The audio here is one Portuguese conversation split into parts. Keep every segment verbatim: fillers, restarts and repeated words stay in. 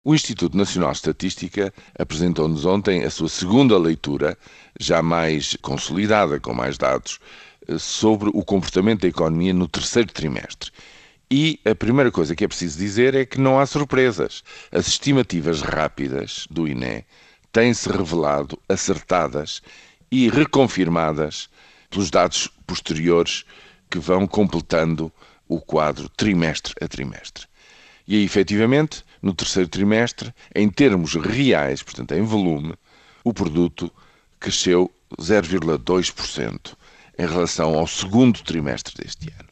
O Instituto Nacional de Estatística apresentou-nos ontem a sua segunda leitura, já mais consolidada, com mais dados, sobre o comportamento da economia no terceiro trimestre. E a primeira coisa que é preciso dizer é que não há surpresas. As estimativas rápidas do I N E têm-se revelado acertadas e reconfirmadas pelos dados posteriores que vão completando o quadro trimestre a trimestre. E aí, efetivamente, no terceiro trimestre, em termos reais, portanto em volume, o produto cresceu zero vírgula dois por cento em relação ao segundo trimestre deste ano.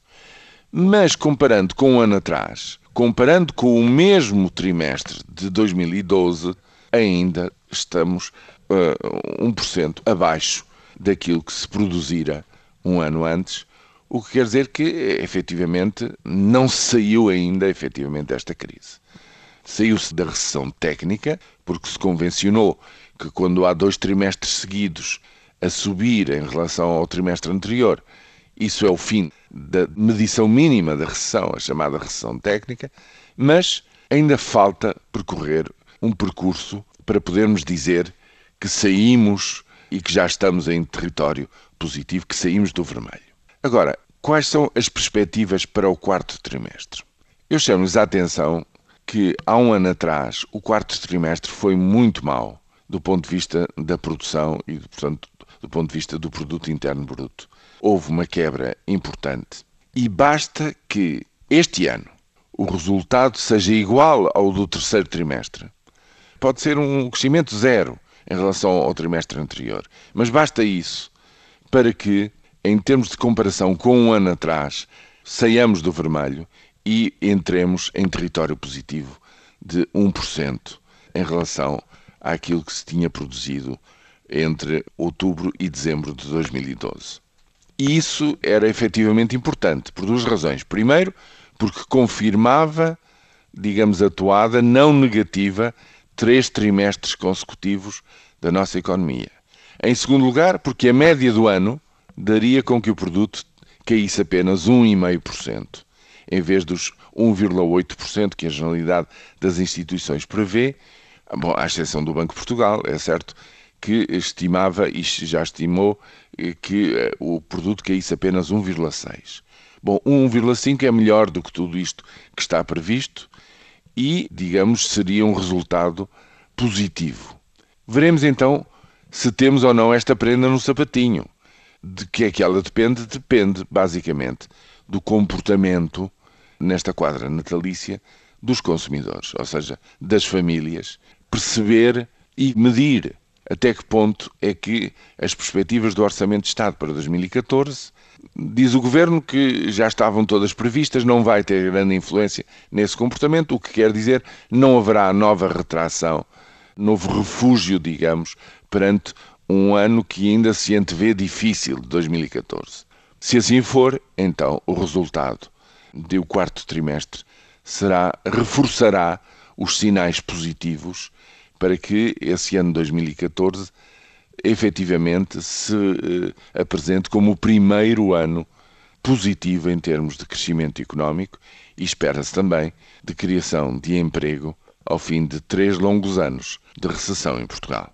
Mas comparando com um ano atrás, comparando com o mesmo trimestre de dois mil e doze, ainda estamos uh, um por cento abaixo daquilo que se produzira um ano antes, o que quer dizer que, efetivamente, não saiu ainda, efetivamente, desta crise. Saiu-se da recessão técnica, porque se convencionou que quando há dois trimestres seguidos a subir em relação ao trimestre anterior, isso é o fim da medição mínima da recessão, a chamada recessão técnica, mas ainda falta percorrer um percurso para podermos dizer que saímos e que já estamos em território positivo, que saímos do vermelho. Agora, quais são as perspectivas para o quarto trimestre? Eu chamo-lhes a atenção que há um ano atrás o quarto trimestre foi muito mau do ponto de vista da produção e, portanto, do ponto de vista do produto interno bruto. Houve uma quebra importante e basta que este ano o resultado seja igual ao do terceiro trimestre. Pode ser um crescimento zero em relação ao trimestre anterior, mas basta isso para que, em termos de comparação com um ano atrás, saiamos do vermelho e entremos em território positivo de um por cento em relação àquilo que se tinha produzido entre outubro e dezembro de dois mil e doze. E isso era efetivamente importante, por duas razões. Primeiro, porque confirmava, digamos, a toada não negativa, três trimestres consecutivos da nossa economia. Em segundo lugar, porque a média do ano daria com que o produto caísse apenas um vírgula cinco por cento, em vez dos um vírgula oito por cento que a generalidade das instituições prevê, bom, à exceção do Banco de Portugal, é certo, que estimava e já estimou que o produto caísse apenas um vírgula seis por cento. Bom, um vírgula cinco por cento é melhor do que tudo isto que está previsto e, digamos, seria um resultado positivo. Veremos então se temos ou não esta prenda no sapatinho. De que é que ela depende? Depende, basicamente, do comportamento, nesta quadra natalícia, dos consumidores, ou seja, das famílias, perceber e medir até que ponto é que as perspectivas do Orçamento de Estado para dois mil e catorze, diz o Governo que já estavam todas previstas, não vai ter grande influência nesse comportamento, o que quer dizer não haverá nova retração, novo refúgio, digamos, perante um ano que ainda se antevê difícil, de dois mil e catorze. Se assim for, então o resultado do quarto trimestre será, reforçará os sinais positivos para que esse ano dois mil e catorze efetivamente se eh, apresente como o primeiro ano positivo em termos de crescimento económico e espera-se também de criação de emprego ao fim de três longos anos de recessão em Portugal.